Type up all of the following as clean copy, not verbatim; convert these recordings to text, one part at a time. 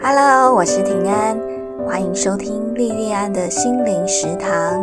Hello， 我是庭安，欢迎收听莉莉安的心灵食堂。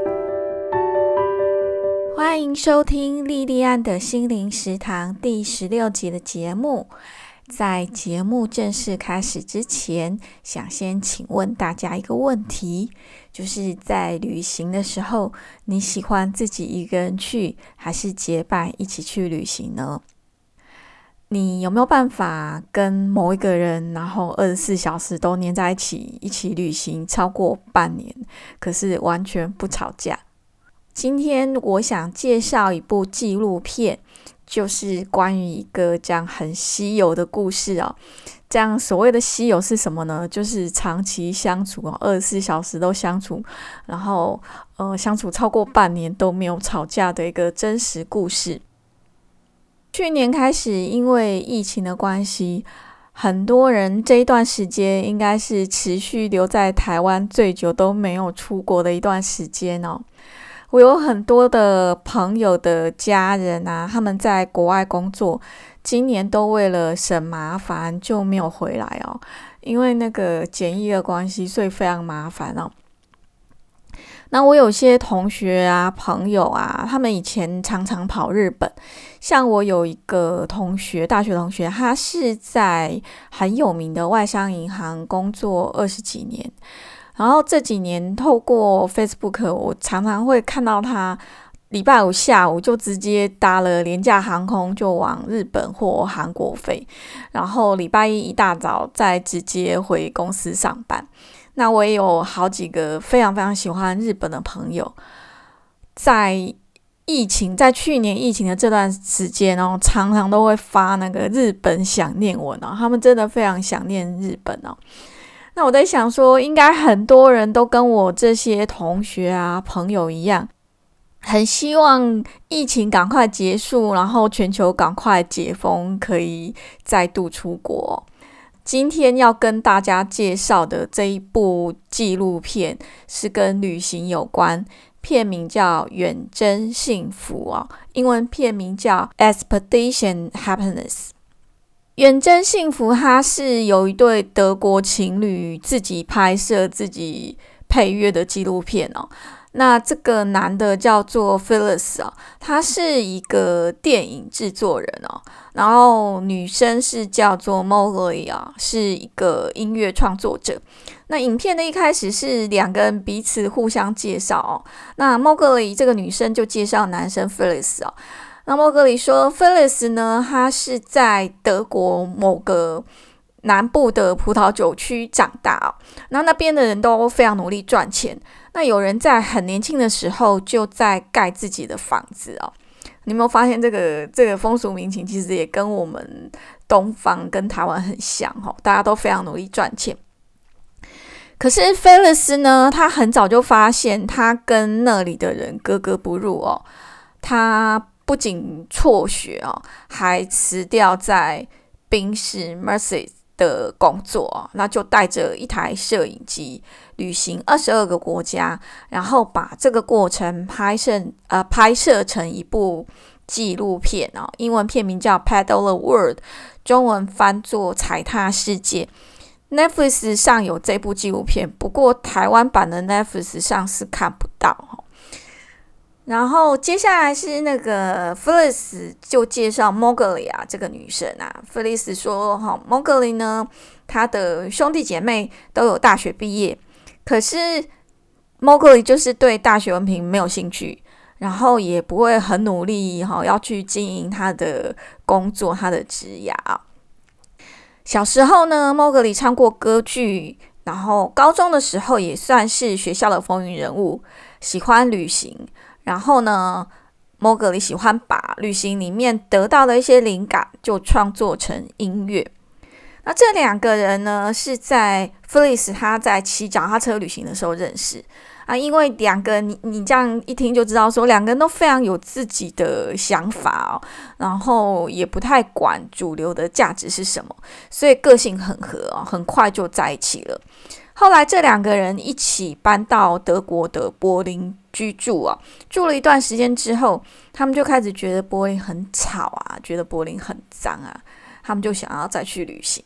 欢迎收听莉莉安的心灵食堂第16集的节目。在节目正式开始之前，想先请问大家一个问题，就是在旅行的时候，你喜欢自己一个人去，还是结伴一起去旅行呢？你有没有办法跟某一个人，然后24小时都黏在一起，一起旅行超过半年，可是完全不吵架？今天我想介绍一部纪录片，就是关于一个这样很稀有的故事哦。这样所谓的稀有是什么呢？就是长期相处24小时都相处，然后相处超过半年都没有吵架的一个真实故事。去年开始，因为疫情的关系，很多人这一段时间应该是持续留在台湾最久都没有出国的一段时间哦。我有很多的朋友的家人啊，他们在国外工作，今年都为了省麻烦就没有回来哦，因为那个检疫的关系，所以非常麻烦哦。那我有些同学啊、朋友啊，他们以前常常跑日本。像我有一个同学，大学同学，他是在很有名的外商银行工作20几年。然后这几年透过 Facebook， 我常常会看到他礼拜五下午就直接搭了廉价航空就往日本或韩国飞，然后礼拜一大早再直接回公司上班。那我也有好几个非常非常喜欢日本的朋友，在去年疫情的这段时间常常都会发那个日本想念文他们真的非常想念日本那我在想说，应该很多人都跟我这些同学啊、朋友一样，很希望疫情赶快结束，然后全球赶快解封，可以再度出国。今天要跟大家介绍的这一部纪录片是跟旅行有关，片名叫《远征幸福》英文片名叫 Expedition Happiness。远征幸福它是有一对德国情侣自己拍摄、自己配乐的纪录片那这个男的叫做 Phyllis 他是一个电影制作人然后女生是叫做 Mowgli 是一个音乐创作者。那影片的一开始是两个人彼此互相介绍那 Mowgli 这个女生就介绍男生 Phyllis 那Mowgli说 Phyllis 呢，她是在德国某个南部的葡萄酒区长大那边的人都非常努力赚钱。那有人在很年轻的时候就在盖自己的房子你有没有发现这个风俗民情其实也跟我们东方跟台湾很像大家都非常努力赚钱。可是菲利斯呢，他很早就发现他跟那里的人格格不入他不仅辍学还辞掉在宾士 Mercedes 的工作那就带着一台摄影机旅行22个国家，然后把这个过程拍摄成一部纪录片英文片名叫 Paddle the World， 中文翻作踩踏世界。Netflix 上有这部纪录片，不过台湾版的 Netflix 上是看不到然后接下来是那个 Phyllis 就介绍 Mowgli 这个女生Phyllis 说Mowgli 呢，她的兄弟姐妹都有大学毕业，可是 Mowgli 就是对大学文凭没有兴趣，然后也不会很努力要去经营他的工作、他的职业小时候呢 Mowgli 唱过歌剧，然后高中的时候也算是学校的风云人物，喜欢旅行。然后呢 Mowgli 喜欢把旅行里面得到的一些灵感就创作成音乐。那这两个人呢是在 Phyllis 他在骑脚踏车旅行的时候认识因为两个你这样一听就知道说两个人都非常有自己的想法然后也不太管主流的价值是什么，所以个性很合很快就在一起了。后来这两个人一起搬到德国的柏林居住住了一段时间之后，他们就开始觉得柏林很吵觉得柏林很脏他们就想要再去旅行。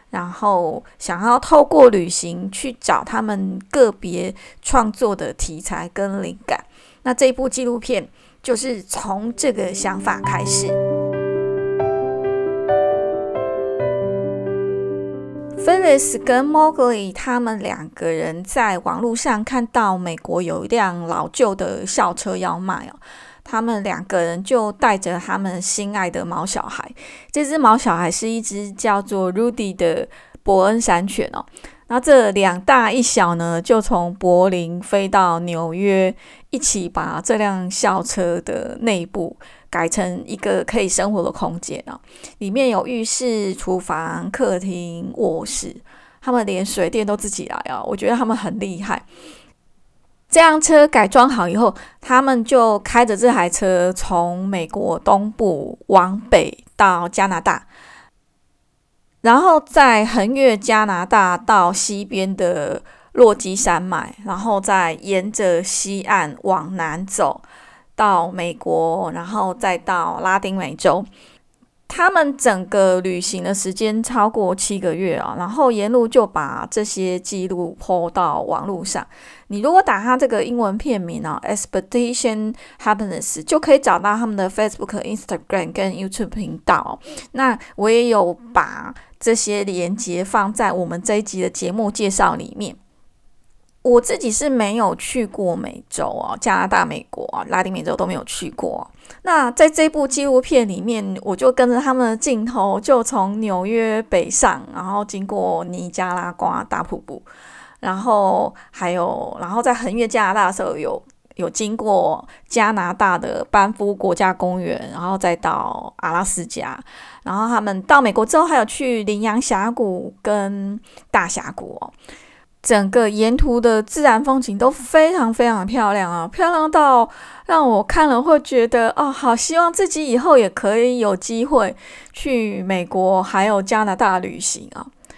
然后想要透过旅行去找他们个别创作的题材跟灵感。那这一部纪录片就是从这个想法开始。Phyllis 跟 Mowgli 他们2个人在网络上看到美国有一辆老旧的校车要卖他们2个人就带着他们心爱的毛小孩，这只毛小孩是一只叫做 Rudy 的伯恩山犬那这2大1小呢，就从柏林飞到纽约，一起把这辆校车的内部改成一个可以生活的空间里面有浴室、厨房、客厅、卧室，他们连水电都自己来我觉得他们很厉害。这辆车改装好以后，他们就开着这台车从美国东部往北到加拿大，然后再横越加拿大到西边的落基山脉，然后再沿着西岸往南走到美国，然后再到拉丁美洲。他们整个旅行的时间超过7个月然后沿路就把这些记录 po 到网络上。你如果打他这个英文片名Expedition Happiness 就可以找到他们的 Facebook、Instagram 跟 YouTube 频道那我也有把这些连结放在我们这一集的节目介绍里面。我自己是没有去过美洲加拿大、美国拉丁美洲都没有去过那在这部纪录片里面，我就跟着他们的镜头，就从纽约北上，然后经过尼加拉瓜大瀑布，然后在横越加拿大的时候有经过加拿大的班夫国家公园，然后再到阿拉斯加，然后他们到美国之后还有去羚羊峡谷跟大峡谷整个沿途的自然风景都非常非常的漂亮漂亮到让我看了会觉得好希望自己以后也可以有机会去美国还有加拿大旅行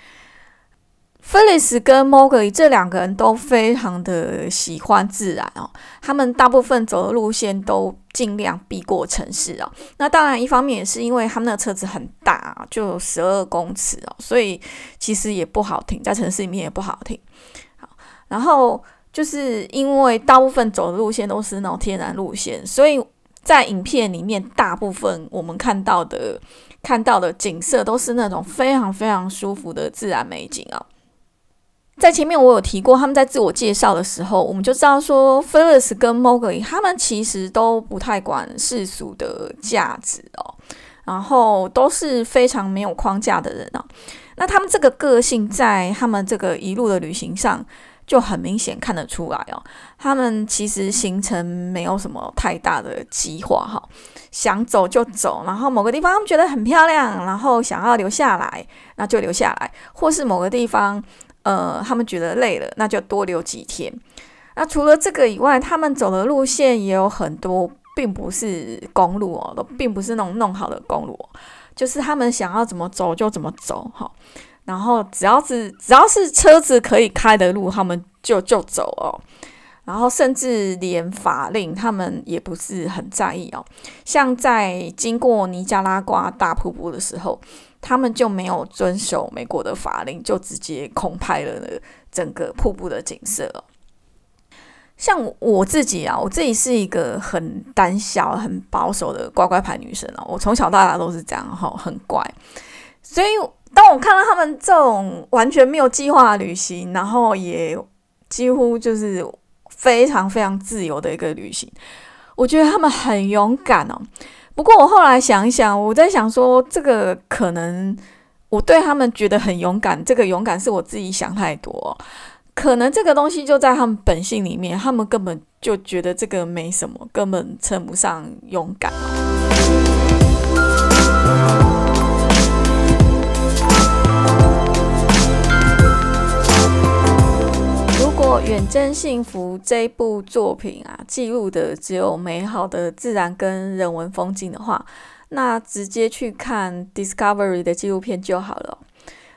Phyllis 跟 Mowgli 这2个人都非常的喜欢自然他们大部分走的路线都尽量避过城市那当然一方面也是因为他们的车子很大就12公尺所以其实也不好停，在城市里面也不好停然后就是因为大部分走的路线都是那种天然路线，所以在影片里面大部分我们看到的景色都是那种非常非常舒服的自然美景在前面我有提过，他们在自我介绍的时候，我们就知道说 Phyllis 跟 Mowgli 他们其实都不太管世俗的价值然后都是非常没有框架的人那他们这个个性在他们这个一路的旅行上就很明显看得出来他们其实行程没有什么太大的计划想走就走，然后某个地方他们觉得很漂亮，然后想要留下来，那就留下来，或是某个地方他们觉得累了，那就多留几天。那除了这个以外，他们走的路线也有很多并不是公路都并不是那种弄好的公路就是他们想要怎么走就怎么走然后只要是车子可以开的路，他们就走然后甚至连法令他们也不是很在意像在经过尼加拉瓜大瀑布的时候，他们就没有遵守美国的法令，就直接空拍了整个瀑布的景色像我自己是一个很胆小很保守的乖乖牌女生我从小到大都是这样很乖，所以当我看到他们这种完全没有计划的旅行，然后也几乎就是非常非常自由的一个旅行，我觉得他们很勇敢不过我后来想一想，我在想说这个可能我对他们觉得很勇敢，这个勇敢是我自己想太多可能这个东西就在他们本性里面，他们根本就觉得这个没什么，根本称不上勇敢如果远征幸福这一部作品记录的只有美好的自然跟人文风景的话，那直接去看 Discovery 的纪录片就好了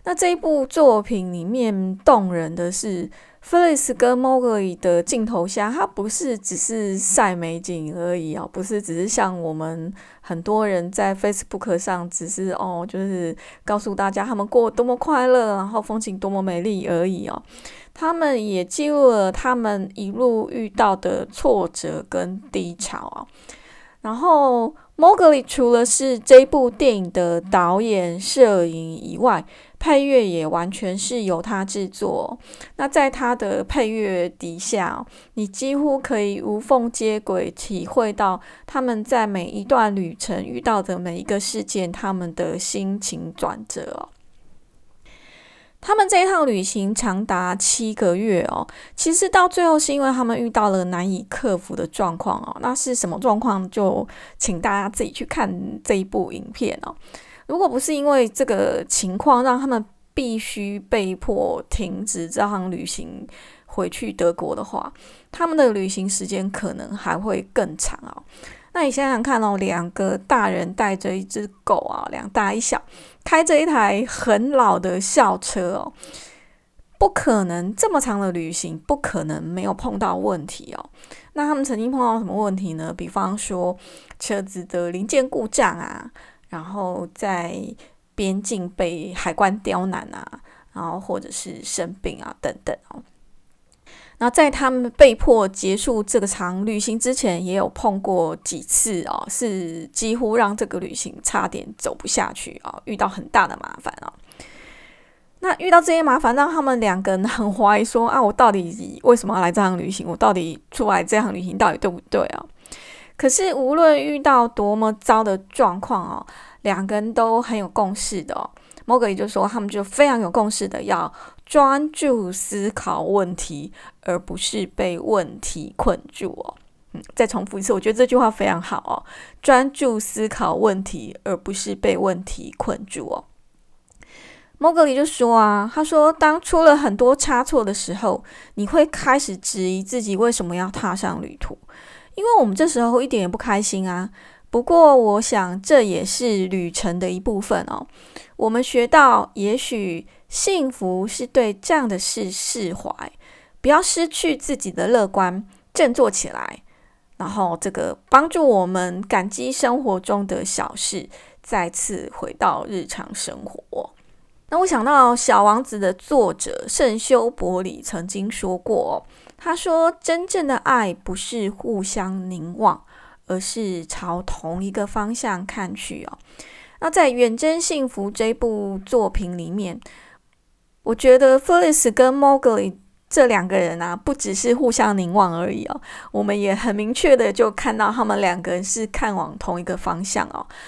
那这一部作品里面动人的是Phyllis 跟 Mowgli 的镜头下，它不是只是晒美景而已不是只是像我们很多人在 Facebook 上只是就是告诉大家他们过得多么快乐，然后风景多么美丽而已他们也记录了他们一路遇到的挫折跟低潮然后 Mowgli 除了是这部电影的导演、摄影以外，配乐也完全是由他制作那在他的配乐底下你几乎可以无缝接轨体会到他们在每一段旅程遇到的每一个事件，他们的心情转折他们这一趟旅行长达7个月其实到最后是因为他们遇到了难以克服的状况那是什么状况就请大家自己去看这一部影片如果不是因为这个情况让他们必须被迫停止这趟旅行回去德国的话，他们的旅行时间可能还会更长那你想想看2个大人带着一只狗2大1小，开着一台很老的校车不可能这么长的旅行，不可能没有碰到问题那他们曾经碰到什么问题呢？比方说车子的零件故障然后在边境被海关刁难然后或者是生病等等那在他们被迫结束这个场旅行之前，也有碰过几次是几乎让这个旅行差点走不下去遇到很大的麻烦那遇到这些麻烦，让他们2个人很怀疑说我到底为什么要来这趟旅行？我到底出来这趟旅行到底对不对可是无论遇到多么糟的状况2个人都很有共识的Mowgli 就说他们就非常有共识的要专注思考问题，而不是被问题困住再重复一次，我觉得这句话非常好专注思考问题，而不是被问题困住Mowgli 就说他说当出了很多差错的时候，你会开始质疑自己为什么要踏上旅途，因为我们这时候一点也不开心不过我想这也是旅程的一部分我们学到也许幸福是对这样的事释怀，不要失去自己的乐观，振作起来，然后这个帮助我们感激生活中的小事，再次回到日常生活那我想到《小王子》的作者圣修伯里曾经说过他说真正的爱不是互相凝望，而是朝同一个方向看去那在《远征幸福》这部作品里面，我觉得 Phyllis 跟 Mowgli 这2个人不只是互相凝望而已我们也很明确的就看到他们2个人是看往同一个方向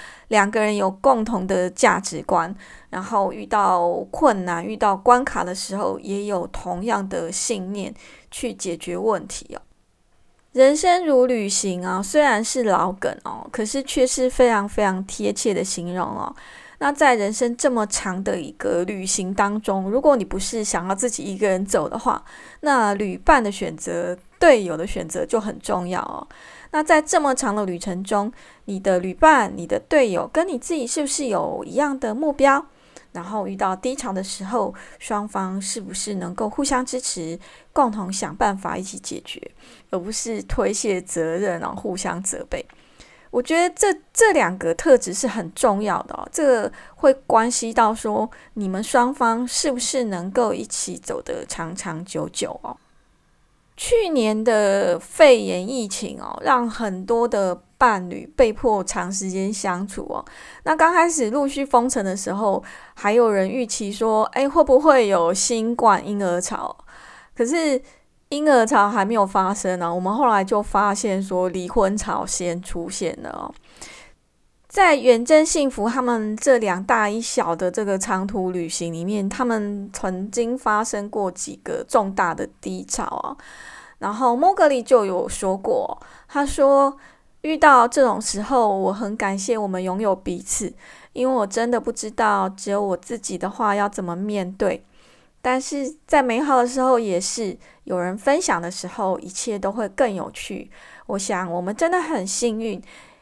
2个人有共同的价值观，然后遇到困难、遇到关卡的时候，也有同样的信念去解决问题人生如旅行虽然是老梗可是却是非常非常贴切的形容那在人生这么长的一个旅行当中，如果你不是想要自己一个人走的话，那旅伴的选择、队友的选择就很重要那在这么长的旅程中，你的旅伴、你的队友跟你自己是不是有一样的目标？然后遇到低潮的时候，双方是不是能够互相支持，共同想办法一起解决，而不是推卸责任然后互相责备。我觉得这2个特质是很重要的这个会关系到说你们双方是不是能够一起走得长长久久去年的肺炎疫情让很多的伴侣被迫长时间相处那刚开始陆续封城的时候，还有人预期说会不会有新冠婴儿潮，可是婴儿潮还没有发生我们后来就发现说离婚潮先出现了在远征幸福他们这2大1小的这个长途旅行里面，他们曾经发生过几个重大的低潮然后 Mowgli 就有说过他说遇到这种时候，我很感谢我们拥有彼此，因为我真的不知道只有我自己的话要怎么面对，但是在美好的时候也是有人分享的时候，一切都会更有趣。我想我们真的很幸运，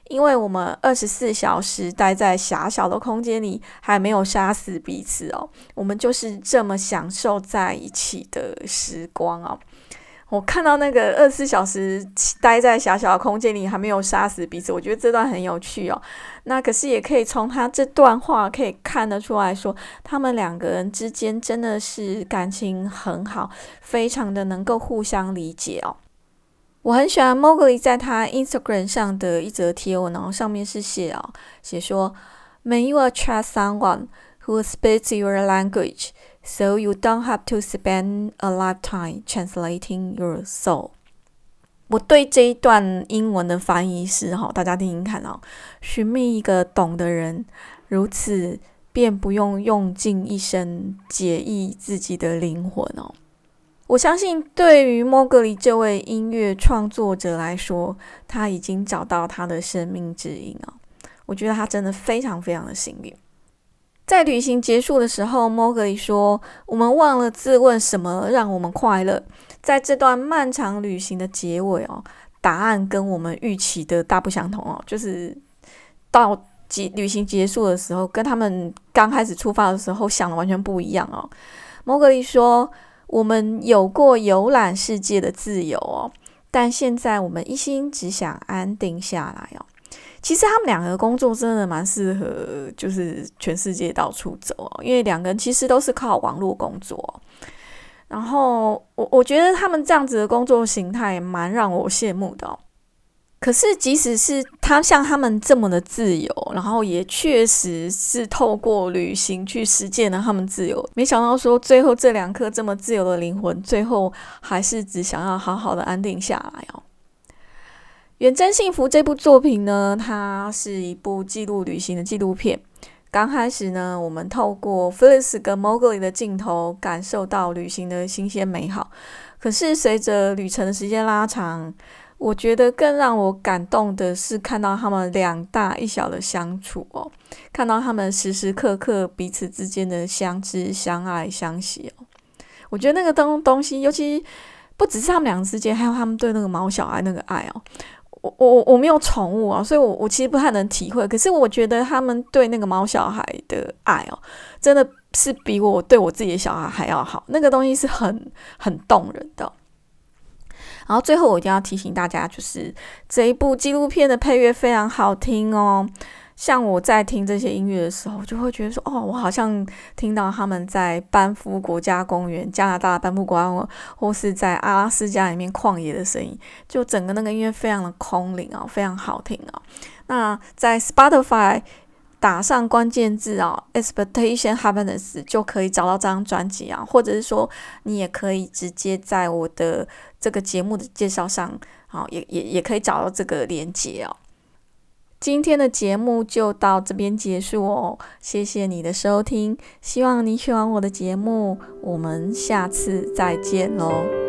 因为我们24小时待在狭小的空间里，还没有杀死彼此哦，我们就是这么享受在一起的时光哦。我看到那个24小时待在狭小的空间里还没有杀死彼此，我觉得这段很有趣哦。那可是也可以从他这段话可以看得出来说，他们两个人之间真的是感情很好，非常的能够互相理解哦。我很喜欢 Mowgli 在他 Instagram 上的一则贴文，然后上面是写说 May you attract someone who speaks your language, so you don't have to spend a lifetime translating your soul. 我对这一段英文的翻译是大家听听看寻觅一个懂的人，如此便不用用尽一生解译自己的灵魂我相信对于 Mowgli 这位音乐创作者来说，他已经找到他的生命之音我觉得他真的非常非常的幸运。在旅行结束的时候 Mowgli 说，我们忘了自问什么让我们快乐。在这段漫长旅行的结尾答案跟我们预期的大不相同就是到旅行结束的时候，跟他们刚开始出发的时候想的完全不一样Mowgli 说，我们有过游览世界的自由但现在我们一心只想安定下来其实他们两个工作真的蛮适合，就是全世界到处走因为两个人其实都是靠网络工作然后我觉得他们这样子的工作形态蛮让我羡慕的可是即使是像他们这么的自由，然后也确实是透过旅行去实践了他们自由，没想到说最后这两颗这么自由的灵魂，最后还是只想要好好的安定下来远征幸福这部作品呢，它是一部记录旅行的纪录片。刚开始呢，我们透过 Phyllis 跟 Mowgli 的镜头感受到旅行的新鲜美好。可是随着旅程的时间拉长，我觉得更让我感动的是看到他们两大一小的相处看到他们时时刻刻彼此之间的相知、相爱、相惜我觉得那个东西，尤其不只是他们两个之间，还有他们对那个毛小孩那个爱我没有宠物所以我其实不太能体会。可是我觉得他们对那个毛小孩的爱真的是比我对我自己的小孩还要好。那个东西是很动人的。然后最后我一定要提醒大家，就是这一部纪录片的配乐非常好听像我在听这些音乐的时候，就会觉得说我好像听到他们在班夫国家公园，加拿大的班夫国家公园，或是在阿拉斯加里面旷野的声音，就整个那个音乐非常的空灵非常好听那在 Spotify 打上关键字Expectation Happiness 就可以找到这张专辑或者是说你也可以直接在我的这个节目的介绍上也可以找到这个连结今天的节目就到这边结束谢谢你的收听，希望你喜欢我的节目，我们下次再见咯。